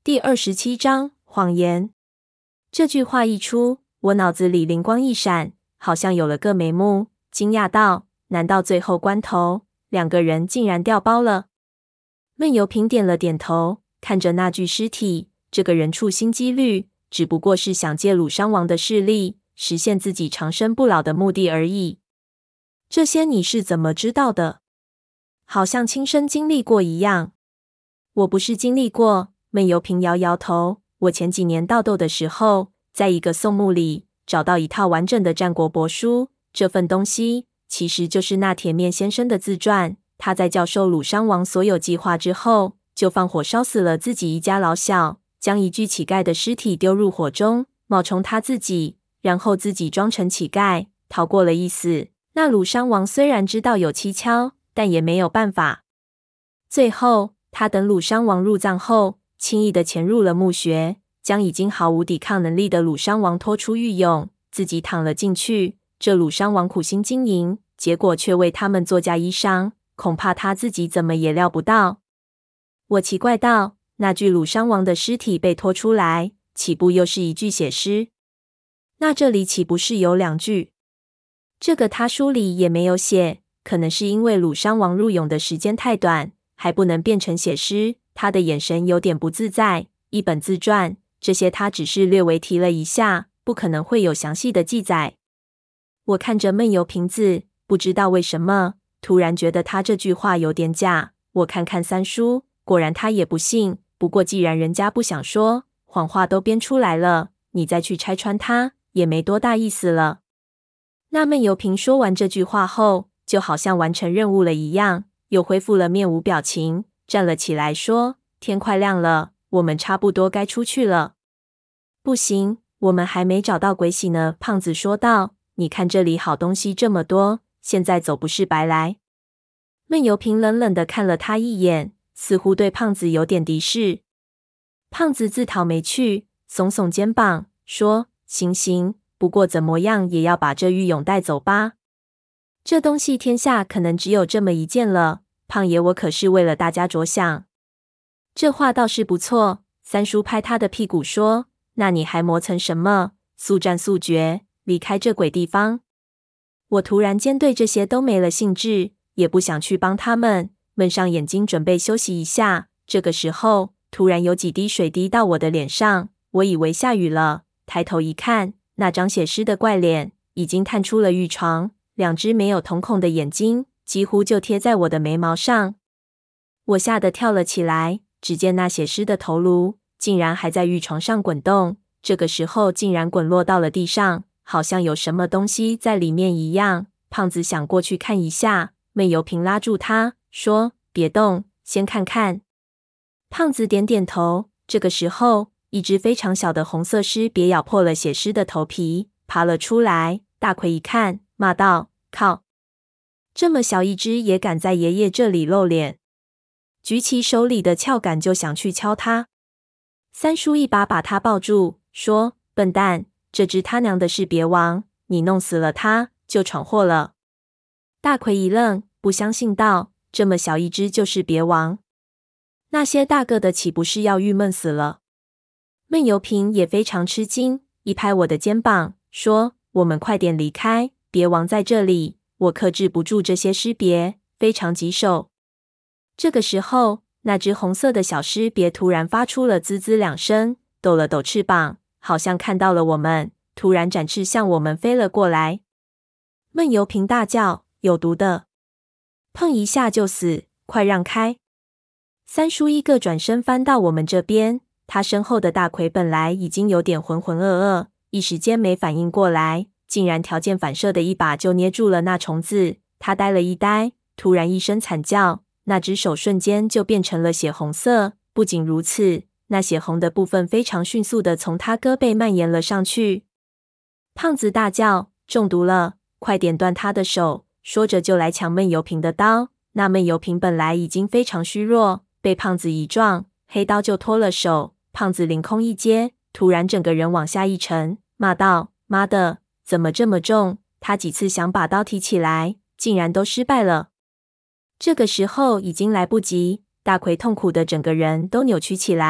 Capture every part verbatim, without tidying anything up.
第二十七章谎言。这句话一出，我脑子里灵光一闪，好像有了个眉目，惊讶道：难道最后关头，两个人竟然调包了？闷油瓶点了点头，看着那具尸体，这个人处心积虑，只不过是想借鲁商王的势力，实现自己长生不老的目的而已。这些你是怎么知道的？好像亲身经历过一样。我不是经历过，闷油瓶摇摇头。我前几年盗斗的时候，在一个宋墓里找到一套完整的战国帛书，这份东西其实就是那铁面先生的自传。他在教授鲁商王所有计划之后，就放火烧死了自己一家老小，将一具乞丐的尸体丢入火中，冒充他自己，然后自己装成乞丐，逃过了一死。那鲁商王虽然知道有蹊跷，但也没有办法。最后，他等鲁商王入葬后，轻易地潜入了墓穴，将已经毫无抵抗能力的鲁商王拖出狱俑，自己躺了进去。这鲁商王苦心经营，结果却为他们作嫁衣裳，恐怕他自己怎么也料不到。我奇怪道：那具鲁商王的尸体被拖出来，岂不又是一具血尸？那这里岂不是有两具？这个他书里也没有写，可能是因为鲁商王入俑的时间太短，还不能变成血尸。他的眼神有点不自在。一本自传，这些他只是略微提了一下，不可能会有详细的记载。我看着闷油瓶子，不知道为什么，突然觉得他这句话有点假。我看看三叔，果然他也不信。不过既然人家不想说，谎话都编出来了，你再去拆穿他，也没多大意思了。那闷油瓶说完这句话后，就好像完成任务了一样，又恢复了面无表情，站了起来说：天快亮了，我们差不多该出去了。不行，我们还没找到鬼玺呢。胖子说道：你看这里好东西这么多，现在走不是白来。闷油瓶冷冷地看了他一眼，似乎对胖子有点敌视。胖子自讨没趣，耸耸肩膀说：行行，不过怎么样也要把这玉俑带走吧。这东西天下可能只有这么一件了，胖爷我可是为了大家着想。这话倒是不错。三叔拍他的屁股说：那你还磨蹭什么？速战速决，离开这鬼地方。我突然间对这些都没了兴致，也不想去帮他们，闷上眼睛准备休息一下。这个时候，突然有几滴水滴到我的脸上，我以为下雨了，抬头一看，那张写诗的怪脸已经探出了玉床，两只没有瞳孔的眼睛几乎就贴在我的眉毛上。我吓得跳了起来，只见那写诗的头颅竟然还在玉床上滚动，这个时候竟然滚落到了地上，好像有什么东西在里面一样。胖子想过去看一下，闷油瓶拉住他说：别动，先看看。胖子点点头。这个时候，一只非常小的红色尸鳖咬破了写诗的头皮，爬了出来。大奎一看，骂道：靠！这么小一只也敢在爷爷这里露脸！举起手里的撬杆就想去敲他。三叔一把把他抱住，说：笨蛋，这只他娘的是鳖王，你弄死了他，就闯祸了。大奎一愣，不相信道：这么小一只就是鳖王？那些大个的岂不是要郁闷死了？闷油瓶也非常吃惊，一拍我的肩膀，说：我们快点离开，鳖王在这里，我克制不住这些尸鳖，非常棘手。这个时候，那只红色的小尸鳖突然发出了滋滋两声，抖了抖翅膀，好像看到了我们，突然展翅向我们飞了过来。闷油瓶大叫：有毒的，碰一下就死，快让开！三叔一个转身翻到我们这边，他身后的大奎本来已经有点浑浑噩噩，一时间没反应过来，竟然条件反射的一把就捏住了那虫子。他呆了一呆，突然一声惨叫，那只手瞬间就变成了血红色。不仅如此，那血红的部分非常迅速的从他胳膊蔓延了上去。胖子大叫：中毒了，快点断他的手！说着就来抢闷油瓶的刀。那闷油瓶本来已经非常虚弱，被胖子一撞，黑刀就脱了手。胖子凌空一接，突然整个人往下一沉，骂道：妈的，怎么这么重？他几次想把刀提起来，竟然都失败了。这个时候已经来不及，大奎痛苦的整个人都扭曲起来，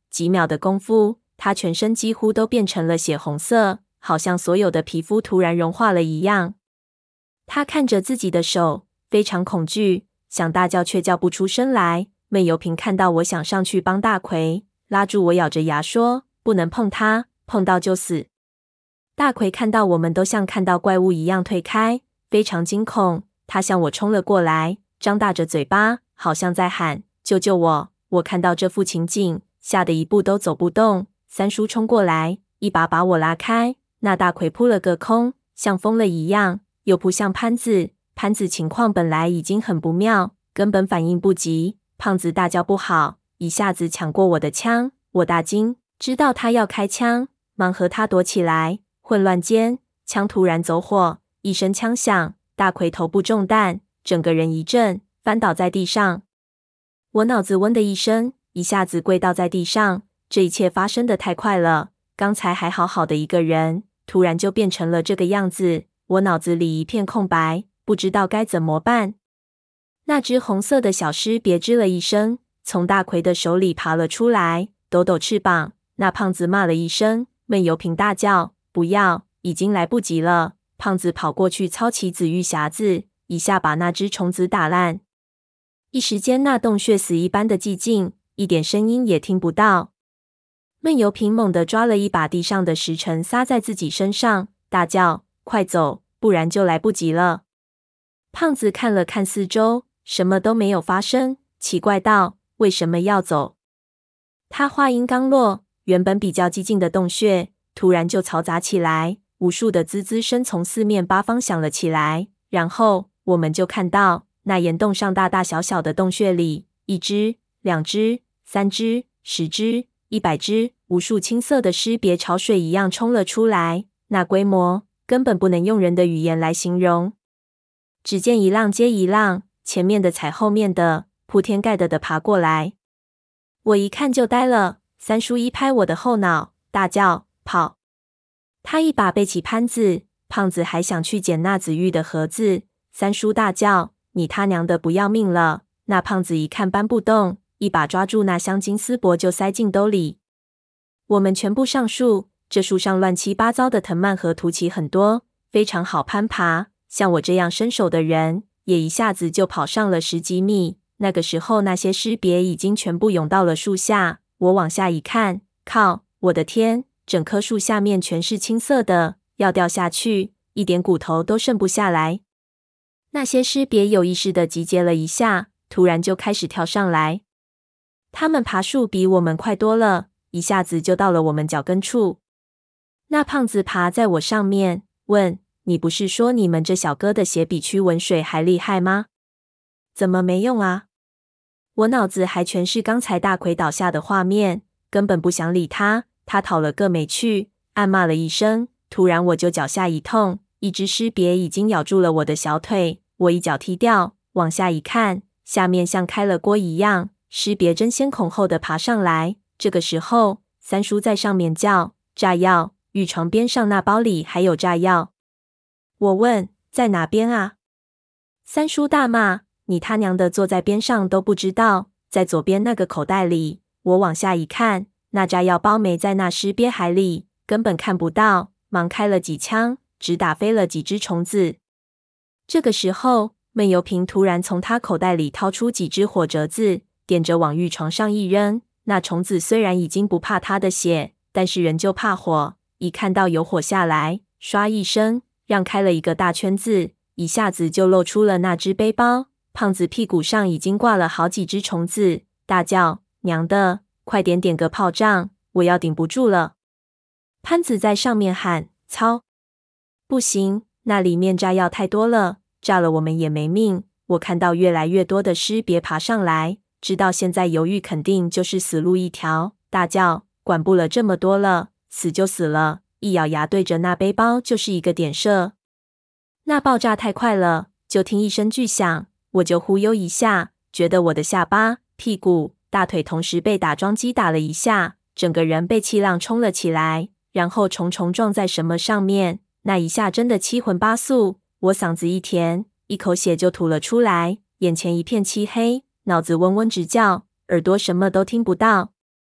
几秒的功夫，他全身几乎都变成了血红色，好像所有的皮肤突然融化了一样。他看着自己的手，非常恐惧，想大叫却叫不出声来。闷油瓶看到我想上去帮大奎，拉住我咬着牙说：“不能碰他，碰到就死。”大奎看到我们都像看到怪物一样退开，非常惊恐。他向我冲了过来，张大着嘴巴，好像在喊：“救救我！”我看到这副情景，吓得一步都走不动。三叔冲过来，一把把我拉开。那大奎扑了个空，像疯了一样，又扑向潘子。潘子情况本来已经很不妙，根本反应不及。胖子大叫不好，一下子抢过我的枪。我大惊，知道他要开枪，忙和他躲起来。混乱间，枪突然走火，一声枪响，大奎头部中弹，整个人一震，翻倒在地上。我脑子嗡的一声，一下子跪倒在地上。这一切发生的太快了，刚才还好好的一个人，突然就变成了这个样子。我脑子里一片空白，不知道该怎么办。那只红色的小狮别吱了一声，从大奎的手里爬了出来，抖抖翅膀。那胖子骂了一声，闷油瓶大叫：“不要！”已经来不及了。胖子跑过去操起紫玉匣子，一下把那只虫子打烂。一时间，那洞穴死一般的寂静，一点声音也听不到。闷油瓶猛地抓了一把地上的石尘撒在自己身上，大叫：“快走，不然就来不及了！”胖子看了看四周，什么都没有发生，奇怪道：“为什么要走？”他话音刚落，原本比较寂静的洞穴突然就嘈杂起来，无数的滋滋声从四面八方响了起来。然后我们就看到那岩洞上大大小小的洞穴里，一只、两只、三只、十只、一百只，无数青色的尸别潮水一样冲了出来，那规模根本不能用人的语言来形容。只见一浪接一浪，前面的踩后面的，铺天盖地的爬过来。我一看就呆了，三叔一拍我的后脑，大叫：“跑！”他一把背起潘子，胖子还想去捡那紫玉的盒子。三叔大叫：“你他娘的不要命了！”那胖子一看搬不动，一把抓住那香金丝帛就塞进兜里。我们全部上树，这树上乱七八糟的藤蔓和土起很多，非常好攀爬。像我这样身手的人，也一下子就跑上了十几米。那个时候，那些尸别已经全部涌到了树下。我往下一看，靠！我的天，整棵树下面全是青色的，要掉下去，一点骨头都剩不下来。那些尸别有意识地集结了一下，突然就开始跳上来。他们爬树比我们快多了，一下子就到了我们脚跟处。那胖子爬在我上面，问：“你不是说你们这小哥的血比驱蚊水还厉害吗？怎么没用啊？”我脑子还全是刚才大奎倒下的画面，根本不想理他。他讨了个没趣，暗骂了一声。突然我就脚下一痛，一只尸别已经咬住了我的小腿，我一脚踢掉，往下一看，下面像开了锅一样，尸别争先恐后的爬上来。这个时候，三叔在上面叫：“炸药！”玉床边上那包里还有炸药。我问：“在哪边啊？”三叔大骂：“你他娘的坐在边上都不知道，在左边那个口袋里。”我往下一看，那炸药包没在那尸鳖海里，根本看不到，忙开了几枪，只打飞了几只虫子。这个时候，闷油瓶突然从他口袋里掏出几只火折子，点着往玉床上一扔。那虫子虽然已经不怕他的血，但是仍旧怕火，一看到有火下来，唰一声让开了一个大圈子，一下子就露出了那只背包。胖子屁股上已经挂了好几只虫子，大叫：“娘的，快点点个炮仗，我要顶不住了！”潘子在上面喊：“操！不行，那里面炸药太多了，炸了我们也没命。”我看到越来越多的尸别爬上来，知道现在犹豫肯定就是死路一条，大叫：“管不了这么多了，死就死了！”一咬牙对着那背包就是一个点射。那爆炸太快了，就听一声巨响，我就忽悠一下，觉得我的下巴、屁股、大腿同时被打桩击打了一下，整个人被气浪冲了起来，然后重重撞在什么上面，那一下真的七荤八素，我嗓子一甜，一口血就吐了出来，眼前一片漆黑，脑子嗡嗡直叫，耳朵什么都听不到。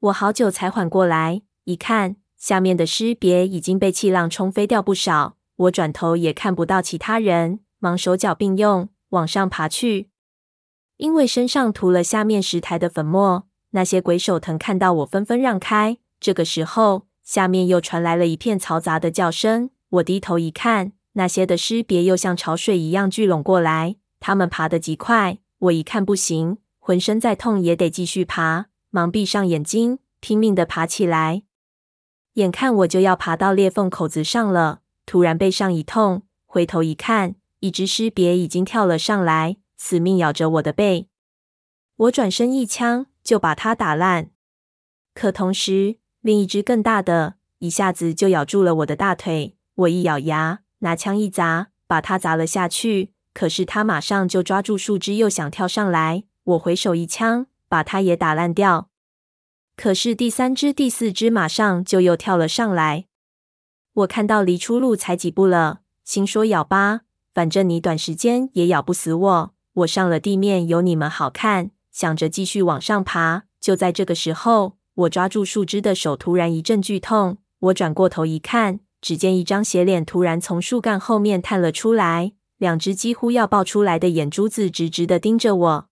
我好久才缓过来，一看，下面的尸别已经被气浪冲飞掉不少。我转头也看不到其他人，忙手脚并用往上爬去。因为身上涂了下面石台的粉末，那些鬼手藤看到我纷纷让开。这个时候，下面又传来了一片嘈杂的叫声。我低头一看，那些的尸别又像潮水一样聚拢过来。他们爬得极快，我一看不行，浑身再痛也得继续爬，忙闭上眼睛，拼命地爬起来。眼看我就要爬到裂缝口子上了，突然背上一痛，回头一看，一只尸别已经跳了上来，死命咬着我的背。我转身一枪就把它打烂，可同时另一只更大的一下子就咬住了我的大腿。我一咬牙，拿枪一砸，把它砸了下去。可是它马上就抓住树枝，又想跳上来。我回手一枪，把它也打烂掉。可是第三只、第四只马上就又跳了上来。我看到离出路才几步了，心说咬吧，反正你短时间也咬不死我。我上了地面有你们好看，想着继续往上爬。就在这个时候，我抓住树枝的手突然一阵剧痛。我转过头一看，只见一张斜脸突然从树干后面探了出来，两只几乎要爆出来的眼珠子直直地盯着我。